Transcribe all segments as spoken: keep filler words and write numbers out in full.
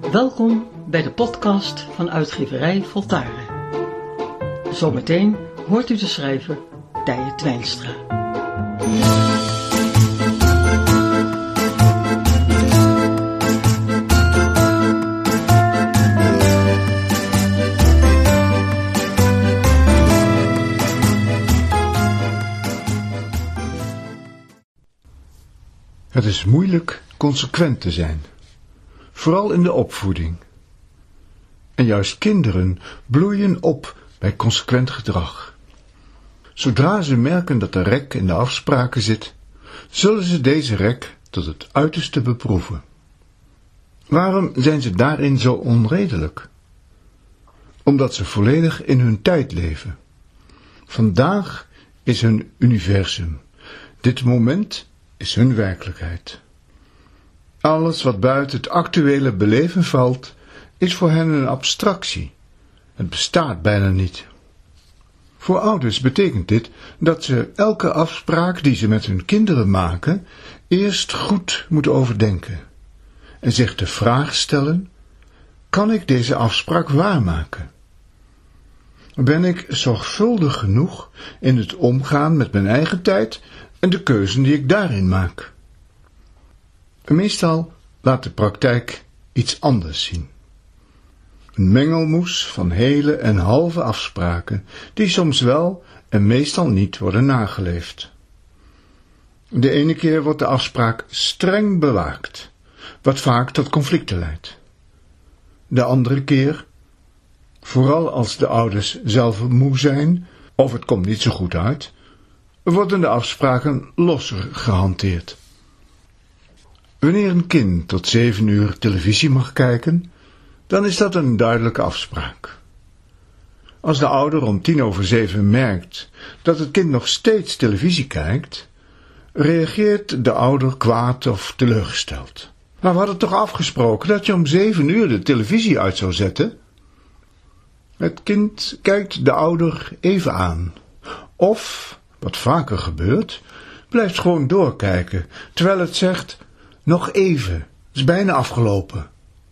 Welkom bij de podcast van uitgeverij Voltaren. Zometeen hoort u de schrijver Tije Twijnstra. Het is moeilijk consequent te zijn, vooral in de opvoeding. En juist kinderen bloeien op bij consequent gedrag. Zodra ze merken dat de rek in de afspraken zit, zullen ze deze rek tot het uiterste beproeven. Waarom zijn ze daarin zo onredelijk? Omdat ze volledig in hun tijd leven. Vandaag is hun universum. Dit moment is hun werkelijkheid. Alles wat buiten het actuele beleven valt, is voor hen een abstractie. Het bestaat bijna niet. Voor ouders betekent dit dat ze elke afspraak die ze met hun kinderen maken, eerst goed moeten overdenken en zich de vraag stellen: kan ik deze afspraak waarmaken? Ben ik zorgvuldig genoeg in het omgaan met mijn eigen tijd en de keuzen die ik daarin maak? Meestal laat de praktijk iets anders zien. Een mengelmoes van hele en halve afspraken, die soms wel en meestal niet worden nageleefd. De ene keer wordt de afspraak streng bewaakt, wat vaak tot conflicten leidt. De andere keer, vooral als de ouders zelf moe zijn, of het komt niet zo goed uit, worden de afspraken losser gehanteerd. Wanneer een kind tot zeven uur televisie mag kijken, dan is dat een duidelijke afspraak. Als de ouder om tien over zeven merkt dat het kind nog steeds televisie kijkt, reageert de ouder kwaad of teleurgesteld. Maar we hadden toch afgesproken dat je om zeven uur de televisie uit zou zetten? Het kind kijkt de ouder even aan. Of, wat vaker gebeurt, blijft gewoon doorkijken, terwijl het zegt: nog even, het is bijna afgelopen.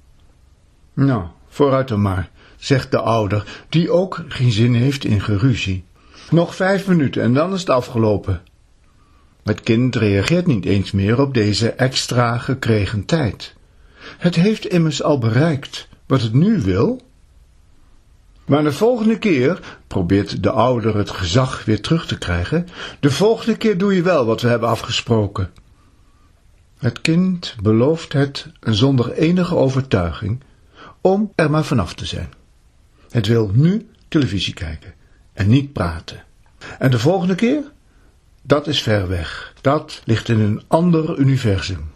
Nou, vooruit dan maar, zegt de ouder, die ook geen zin heeft in geruzie. Nog vijf minuten en dan is het afgelopen. Het kind reageert niet eens meer op deze extra gekregen tijd. Het heeft immers al bereikt wat het nu wil. Maar de volgende keer probeert de ouder het gezag weer terug te krijgen. De volgende keer doe je wel wat we hebben afgesproken. Het kind belooft het zonder enige overtuiging om er maar vanaf te zijn. Het wil nu televisie kijken en niet praten. En de volgende keer? Dat is ver weg. Dat ligt in een ander universum.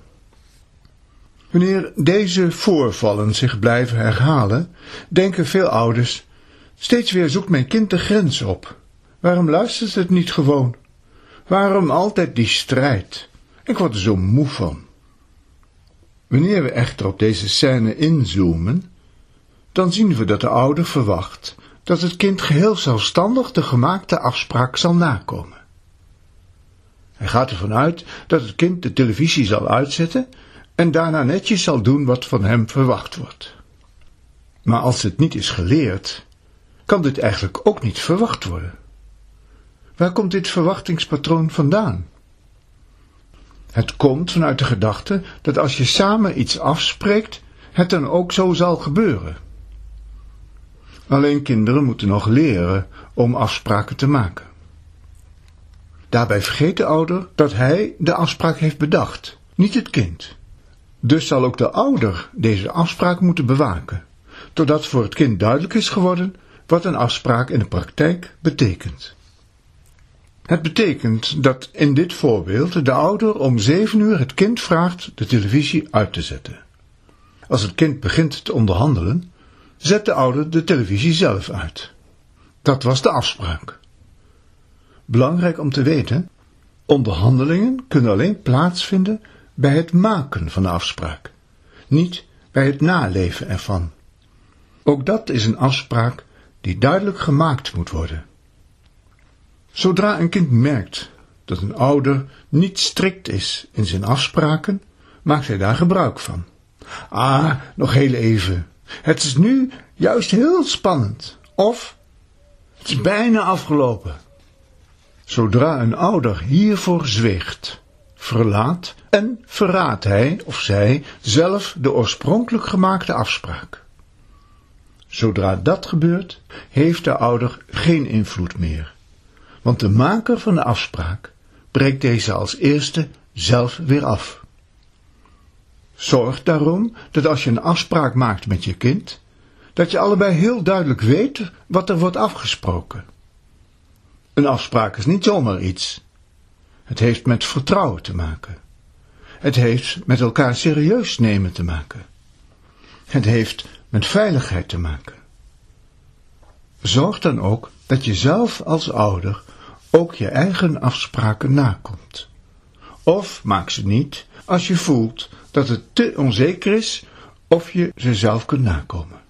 Wanneer deze voorvallen zich blijven herhalen, denken veel ouders: steeds weer zoekt mijn kind de grens op. Waarom luistert het niet gewoon? Waarom altijd die strijd? Ik word er zo moe van. Wanneer we echter op deze scène inzoomen, dan zien we dat de ouder verwacht dat het kind geheel zelfstandig de gemaakte afspraak zal nakomen. Hij gaat ervan uit dat het kind de televisie zal uitzetten en daarna netjes zal doen wat van hem verwacht wordt. Maar als het niet is geleerd, kan dit eigenlijk ook niet verwacht worden. Waar komt dit verwachtingspatroon vandaan? Het komt vanuit de gedachte dat als je samen iets afspreekt, het dan ook zo zal gebeuren. Alleen kinderen moeten nog leren om afspraken te maken. Daarbij vergeet de ouder dat hij de afspraak heeft bedacht, niet het kind. Dus zal ook de ouder deze afspraak moeten bewaken, totdat voor het kind duidelijk is geworden wat een afspraak in de praktijk betekent. Het betekent dat in dit voorbeeld de ouder om zeven uur het kind vraagt de televisie uit te zetten. Als het kind begint te onderhandelen, zet de ouder de televisie zelf uit. Dat was de afspraak. Belangrijk om te weten: onderhandelingen kunnen alleen plaatsvinden bij het maken van de afspraak, niet bij het naleven ervan. Ook dat is een afspraak die duidelijk gemaakt moet worden. Zodra een kind merkt dat een ouder niet strikt is in zijn afspraken, maakt hij daar gebruik van. Ah, nog heel even. Het is nu juist heel spannend. Of, het is bijna afgelopen. Zodra een ouder hiervoor zwicht, verlaat en verraadt hij of zij zelf de oorspronkelijk gemaakte afspraak. Zodra dat gebeurt, heeft de ouder geen invloed meer, want de maker van de afspraak breekt deze als eerste zelf weer af. Zorg daarom dat als je een afspraak maakt met je kind, dat je allebei heel duidelijk weet wat er wordt afgesproken. Een afspraak is niet zomaar iets. Het heeft met vertrouwen te maken. Het heeft met elkaar serieus nemen te maken. Het heeft met veiligheid te maken. Zorg dan ook dat je zelf als ouder ook je eigen afspraken nakomt. Of maak ze niet als je voelt dat het te onzeker is of je ze zelf kunt nakomen.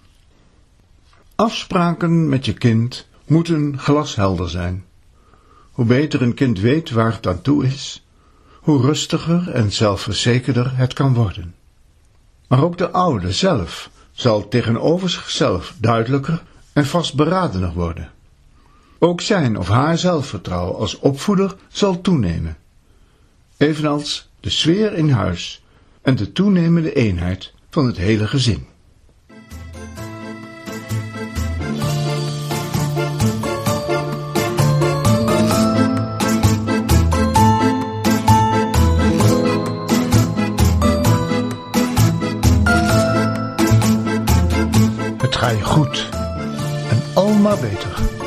Afspraken met je kind moeten glashelder zijn. Hoe beter een kind weet waar het aan toe is, hoe rustiger en zelfverzekerder het kan worden. Maar ook de ouder zelf zal tegenover zichzelf duidelijker en vastberadener worden. Ook zijn of haar zelfvertrouwen als opvoeder zal toenemen, evenals de sfeer in huis en de toenemende eenheid van het hele gezin. Het gaat je goed en al maar beter.